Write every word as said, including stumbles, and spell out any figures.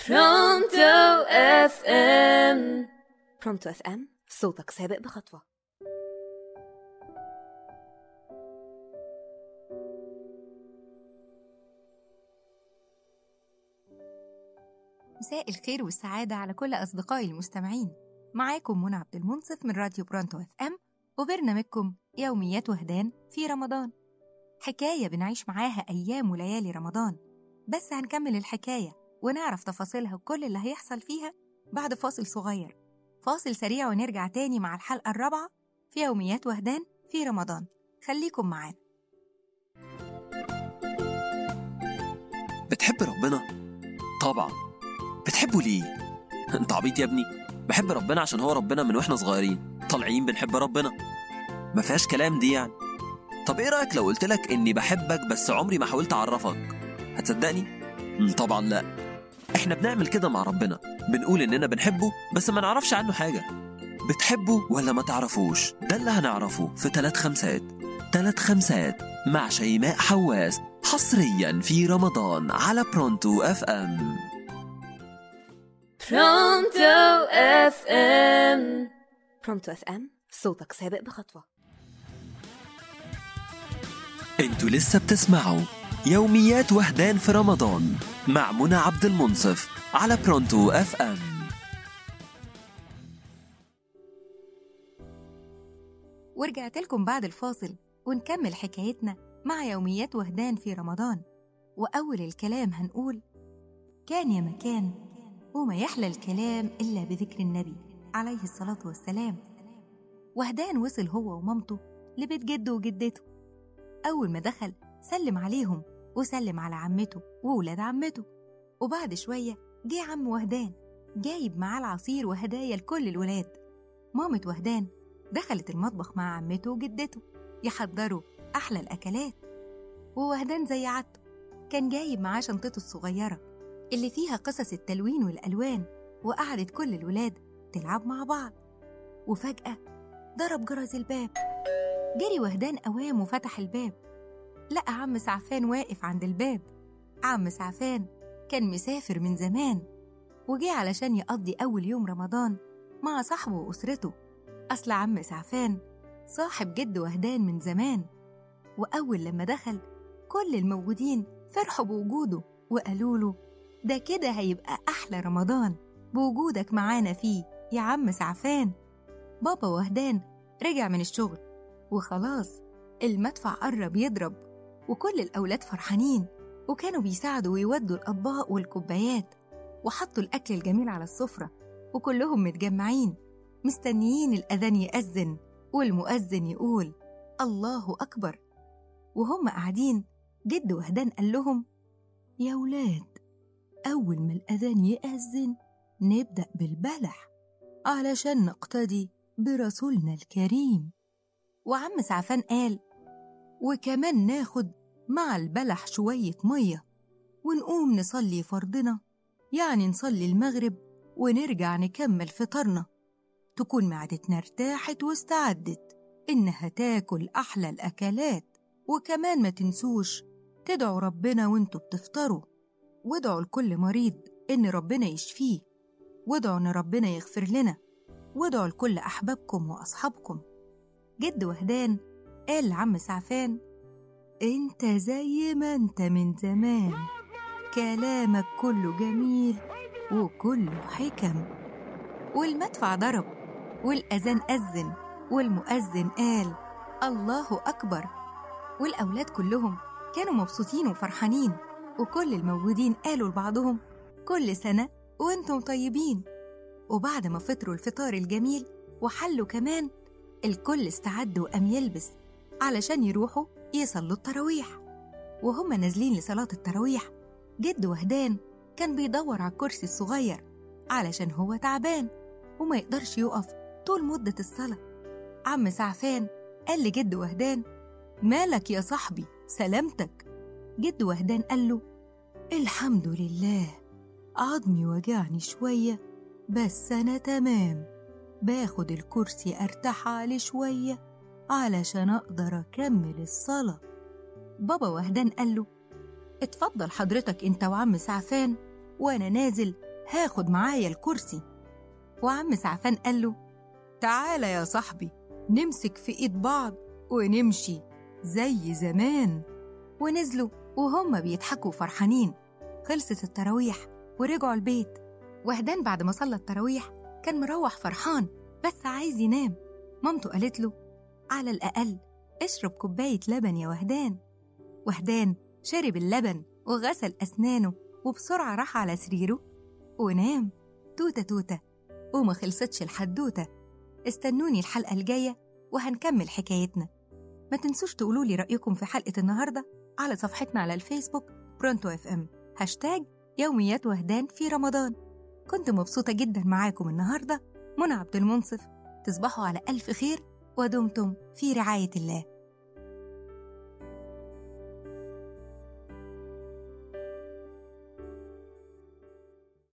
برونتو اف ام. برونتو اف ام، صوتك سابق بخطوة. مساء الخير والسعادة على كل أصدقائي المستمعين. معاكم منى عبد المنصف من راديو برونتو اف ام وبرنامجكم يوميات وهدان في رمضان. حكاية بنعيش معاها أيام وليالي رمضان، بس هنكمل الحكاية ونعرف تفاصيلها وكل اللي هيحصل فيها بعد فاصل صغير. فاصل سريع ونرجع تاني مع الحلقة الرابعة في يوميات وهدان في رمضان. خليكم معانا. بتحب ربنا؟ طبعا. بتحبه ليه؟ انت عبيط يا ابني. بحب ربنا عشان هو ربنا من واحنا صغيرين طالعين بنحب ربنا، ما فيهاش كلام دي يعني. طب ايه رأيك لو قلت لك اني بحبك بس عمري ما حاولت اعرفك؟ هتصدقني؟ طبعا لا. احنا بنعمل كده مع ربنا، بنقول اننا بنحبه بس ما نعرفش عنه حاجة. بتحبه ولا ما تعرفوش؟ ده اللي هنعرفه في ثلاث خمسات ثلاث خمسات مع شيماء حواس، حصريا في رمضان على برونتو اف ام. برونتو اف ام. برونتو اف ام، صوتك سابق بخطوة. انتوا لسه بتسمعوا يوميات وهدان في رمضان مع منى عبد المنصف على برونتو اف ام. ورجعت لكم بعد الفاصل ونكمل حكايتنا مع يوميات وهدان في رمضان. وأول الكلام هنقول: كان يا مكان وما يحلى الكلام إلا بذكر النبي عليه الصلاة والسلام. وهدان وصل هو ومامته لبيت جده وجدته. أول ما دخل سلم عليهم وسلم على عمته وولاد عمته. وبعد شوية جه عم وهدان جايب معاه العصير وهدايا لكل الولاد. مامة وهدان دخلت المطبخ مع عمته وجدته يحضروا أحلى الأكلات. ووهدان زي عادته كان جايب معاه شنطته الصغيرة اللي فيها قصص التلوين والألوان، وقعدت كل الولاد تلعب مع بعض. وفجأة ضرب جرس الباب. جري وهدان قوام وفتح الباب، لقى عم سعفان واقف عند الباب. عم سعفان كان مسافر من زمان وجي علشان يقضي أول يوم رمضان مع صاحبه وأسرته. أصل عم سعفان صاحب جد وهدان من زمان. وأول لما دخل كل الموجودين فرحوا بوجوده وقالوا له: ده كده هيبقى أحلى رمضان بوجودك معانا فيه يا عم سعفان. بابا وهدان رجع من الشغل وخلاص المدفع قرب يضرب، وكل الأولاد فرحانين وكانوا بيساعدوا ويودوا الأطباق والكوبايات وحطوا الأكل الجميل على السفرة، وكلهم متجمعين مستنيين الأذان يأذن والمؤذن يقول الله أكبر. وهم قاعدين جد وهدان قال لهم: يا ولاد، أول ما الأذان يأذن نبدأ بالبلح علشان نقتدي برسولنا الكريم. وعم سعفان قال: وكمان ناخد مع البلح شوية مية ونقوم نصلي فرضنا، يعني نصلي المغرب ونرجع نكمل فطرنا، تكون معدتنا ارتاحت واستعدت إنها تاكل أحلى الأكلات. وكمان ما تنسوش تدعوا ربنا وانتوا بتفطروا، وادعوا لكل مريض إن ربنا يشفيه، وادعوا إن ربنا يغفر لنا، وادعوا لكل أحبابكم وأصحابكم. جد وهدان قال لعم سعفان: انت زي ما انت من زمان، كلامك كله جميل وكله حكم. والمدفع ضرب والأذان أذن والمؤذن قال الله أكبر. والأولاد كلهم كانوا مبسوطين وفرحانين، وكل الموجودين قالوا لبعضهم: كل سنة وانتم طيبين. وبعد ما فطروا الفطار الجميل وحلوا كمان، الكل استعد وقام يلبس علشان يروحوا يصلوا التراويح. وهم نازلين لصلاة التراويح جد وهدان كان بيدور على الكرسي الصغير علشان هو تعبان وما يقدرش يقف طول مدة الصلاة. عم سعفان قال لجد وهدان: مالك يا صاحبي، سلامتك؟ جد وهدان قال له: الحمد لله، عظمي وجعني شوية بس أنا تمام، باخد الكرسي أرتاح عليه شوية علشان أقدر أكمل الصلاة. بابا وهدان قال له: اتفضل حضرتك انت وعم سعفان، وأنا نازل هاخد معايا الكرسي. وعم سعفان قال له تعالى يا صاحبي نمسك في إيد بعض ونمشي زي زمان. ونزلوا وهم بيضحكوا فرحانين. خلصت التراويح ورجعوا البيت. وهدان بعد ما صلى التراويح كان مروح فرحان بس عايز ينام. مامته قالت له على الأقل اشرب كوباية لبن يا وهدان. وهدان شرب اللبن وغسل أسنانه وبسرعة راح على سريره ونام. توتة توتة وما خلصتش الحدوتة. استنوني الحلقة الجاية وهنكمل حكايتنا. ما تنسوش تقولولي رأيكم في حلقة النهاردة على صفحتنا على الفيسبوك برونتو اف ام هاشتاج يوميات وهدان في رمضان. كنت مبسوطة جدا معاكم النهاردة. منى عبد المنصف. تصبحوا على ألف خير ودمتم في رعاية الله.